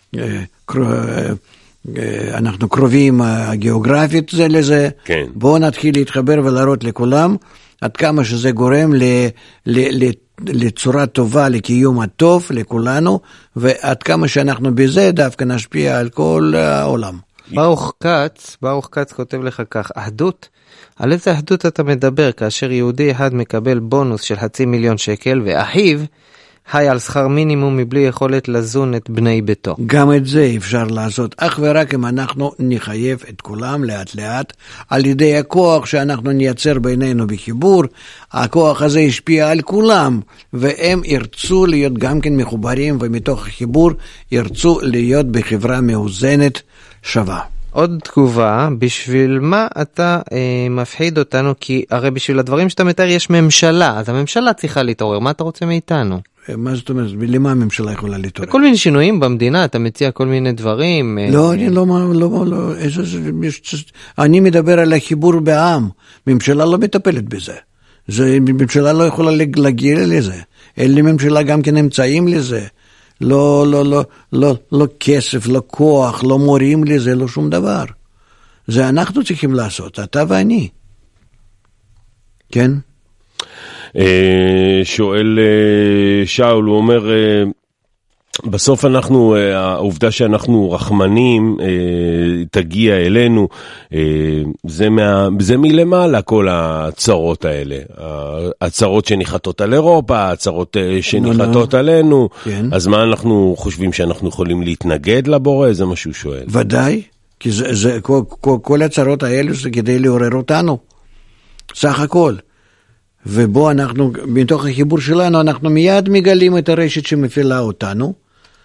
אנחנו קרובים הגיאוגרפית זה לזה, כן. בואו נתחיל להתחבר ולהראות לכולם עד כמה שזה גורם ל, ל, ל, לצורה טובה, לקיום הטוב לכולנו, ועד כמה שאנחנו בזה דווקא נשפיע על כל העולם. ברוך קץ, ברוך קץ כותב לך כך, אחדות, על איזה אחדות אתה מדבר כאשר יהודי אחד מקבל בונוס של חצי מיליון שקל ואחיו חי על שכר מינימום מבלי יכולת לזון את בני ביתו. גם את זה אפשר לעשות, אך ורק אם אנחנו נחייב את כולם לאט לאט, על ידי הכוח שאנחנו נייצר בינינו בחיבור, הכוח הזה ישפיע על כולם, והם ירצו להיות גם כן מחוברים, ומתוך החיבור ירצו להיות בחברה מאוזנת שווה. עוד תגובה, בשביל מה אתה אה, מפחיד אותנו? כי הרי בשביל הדברים שאתה מתאר יש ממשלה, אז הממשלה צריכה להתעורר, מה אתה רוצה מאיתנו? מה זאת אומרת? למה הממשלה יכולה להתעורר? כל מיני שינויים במדינה, אתה מציע כל מיני דברים. לא, אני לא, לא, לא, אני מדבר על החיבור בעם, ממשלה לא מטפלת בזה. ממשלה לא יכולה להגיע לזה. אין לי ממשלה גם כן אמצעים לזה. לא, לא, לא, לא, לא כסף, לא כוח, לא מורים לזה, לא שום דבר. זה אנחנו צריכים לעשות, אתה ואני. כן? שואל שאול, הוא אומר, בסוף אנחנו, העובדה שאנחנו רחמנים תגיע אלינו, זה, מה, זה מלמעלה כל הצרות האלה. הצרות שניחתות על אירופה, הצרות שניחתות עלינו, כן. אז מה אנחנו חושבים שאנחנו יכולים להתנגד לבורא? זה מה שהוא שואל. ודאי, כי זה, זה, כל, כל, כל הצרות האלה זה כדי לעורר אותנו, סך הכל. ובו אנחנו, מתוך החיבור שלנו, אנחנו מיד מגלים את הרשת שמפעילה אותנו,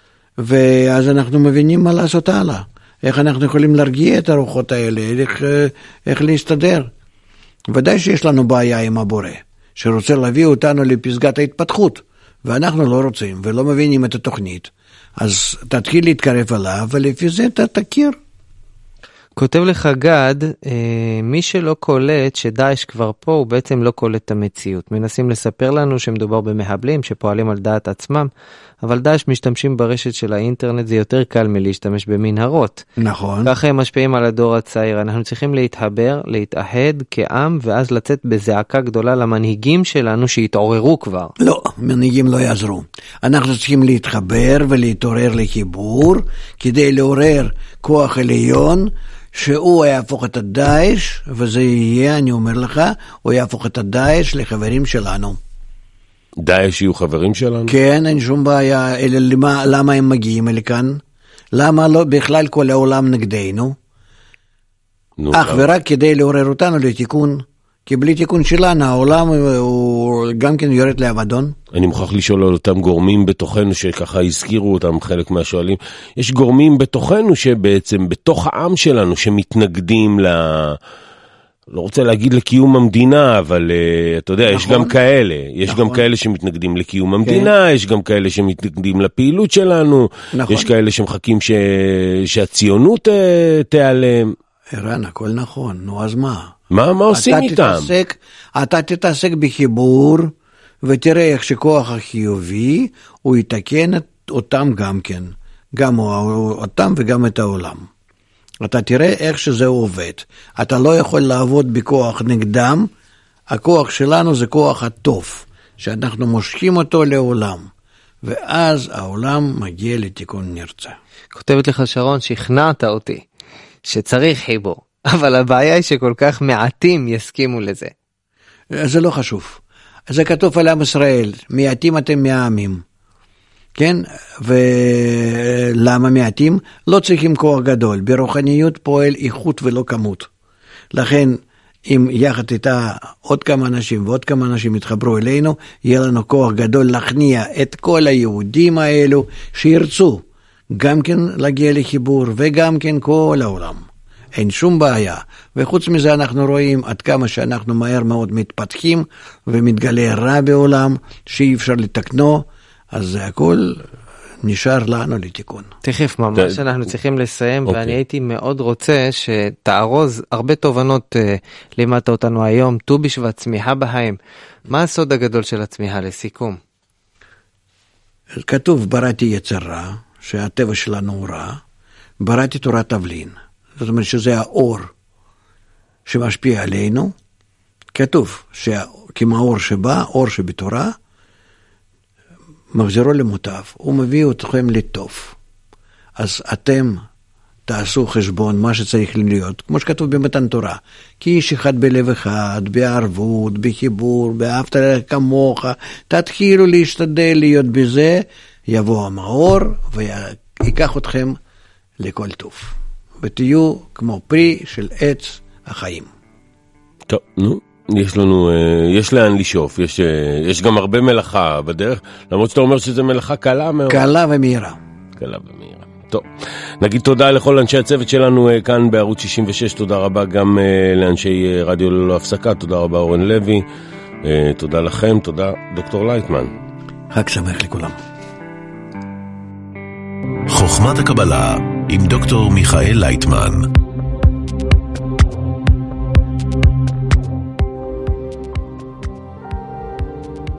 ואז אנחנו מבינים מה לעשות הלאה. איך אנחנו יכולים להרגיע את הרוחות האלה, איך, איך להסתדר. ודאי שיש לנו בעיה עם הבורא, שרוצה להביא אותנו לפסגת ההתפתחות, ואנחנו לא רוצים ולא מבינים את התוכנית. אז תתחיל להתקרב עליו, ולפי זה אתה תכיר. כותב לך גד, מי שלא קולט שדאעש כבר פה, הוא בעצם לא קולט את המציאות. מנסים לספר לנו שמדובר במחבלים שפועלים על דעת עצמם, אבל דאעש משתמשים ברשת של האינטרנט, זה יותר קל מלהשתמש במנהרות. נכון. ככה הם משפיעים על הדור הצעיר. אנחנו צריכים להתחבר, להתאחד כעם, ואז לצאת בזעקה גדולה למנהיגים שלנו שהתעוררו כבר. לא, מנהיגים לא יעזרו. אנחנו צריכים להתחבר ולהתעורר לחיבור, כדי לעורר כוח עליון, שהוא יהפוך את הדאעש, וזה יהיה, אני אומר לך, הוא יהפוך את הדאעש לחברים שלנו. דאעש יהיו חברים שלנו? כן, אין שום בעיה, אלא למה, למה הם מגיעים אלי כאן? למה לא, בכלל כל העולם נגדנו? נו, אך למה? ורק כדי לעורר אותנו לתיקון, כי בלי תיקון שלנו, העולם הוא גם כן יורד לאבדון. אני מוכרח לשאול על אותם גורמים בתוכנו, שככה הזכירו אותם חלק מהשואלים, יש גורמים בתוכנו שבעצם בתוך העם שלנו, שמתנגדים ל... לא רוצה להגיד לקיום המדינה, אבל uh, אתה יודע, נכון, יש גם כאלה, יש נכון. גם כאלה שמתנגדים לקיום המדינה, כן. יש גם כאלה שמתנגדים לפעילות שלנו, נכון. יש כאלה שמחכים ש... שהציונות uh, תיעלם. ערן, הכל נכון, נו אז מה? מה, מה עושים אתה איתם? תתעסק, אתה תתעסק בחיבור, ותראה איך שכוח החיובי, הוא יתקן אותם גם כן, גם אותם וגם את העולם. אתה תראה איך שזה עובד. אתה לא יכול לעבוד בכוח נגדם, הכוח שלנו זה כוח הטוב, שאנחנו מושכים אותו לעולם, ואז העולם מגיע לתיקון נרצה. כותבת לך שרון, שכנעת אותי, שצריך חיבור, אבל הבעיה היא שכל כך מעטים יסכימו לזה. זה לא חשוב. זה כתוב על עם ישראל, מעטים אתם מהעמים. כן? ולמה מעטים? לא צריכים כוח גדול. ברוחניות פועל איכות ולא כמות. לכן, אם יחד איתה עוד כמה אנשים ועוד כמה אנשים יתחברו אלינו, יהיה לנו כוח גדול להכניע את כל היהודים האלו שירצו גם כן להגיע לחיבור וגם כן כל העולם. אין שום בעיה. וחוץ מזה אנחנו רואים עד כמה שאנחנו מהר מאוד מתפתחים ומתגלה רע בעולם שאי אפשר לתקנו, אז זה הכל נשאר לנו לתיקון. תכף ממש אנחנו צריכים לסיים, ואני הייתי מאוד רוצה שתארוז הרבה תובנות לימדת אותנו היום, ט"ו בשבט, צמיחה בהיים. מה הסוד הגדול של הצמיחה לסיכום? כתוב בראתי יצר רע, שהטבע שלנו הוא רע, בראתי תורת תבלין. זאת אומרת שזה האור שמשפיע עלינו. כתוב שכמו האור שבא, אור שבתורה, מחזירו למוטב, הוא מביא אתכם לטוב. אז אתם תעשו חשבון מה שצריך להיות, כמו שכתוב במתן תורה, כי איש אחד בלב אחד, בערבות, בחיבור, באהבת לרעך כמוך, תתחילו להשתדל להיות בזה, יבוא המאור ויקח אתכם לכל טוב. ותהיו כמו פרי של עץ החיים. טוב, נו. יש לנו, יש לאן לשאוף, יש, יש גם הרבה מלאכה בדרך, למרות שאתה אומר שזה מלאכה קלה מאוד. קלה ומהירה. קלה ומהירה. טוב, נגיד תודה לכל אנשי הצוות שלנו כאן בערוץ שישים ושש, תודה רבה גם לאנשי רדיו ללא הפסקה, תודה רבה אורן לוי, תודה לכם, תודה דוקטור לייטמן. חג שמח לכולם. חוכמת הקבלה עם דוקטור מיכאל לייטמן.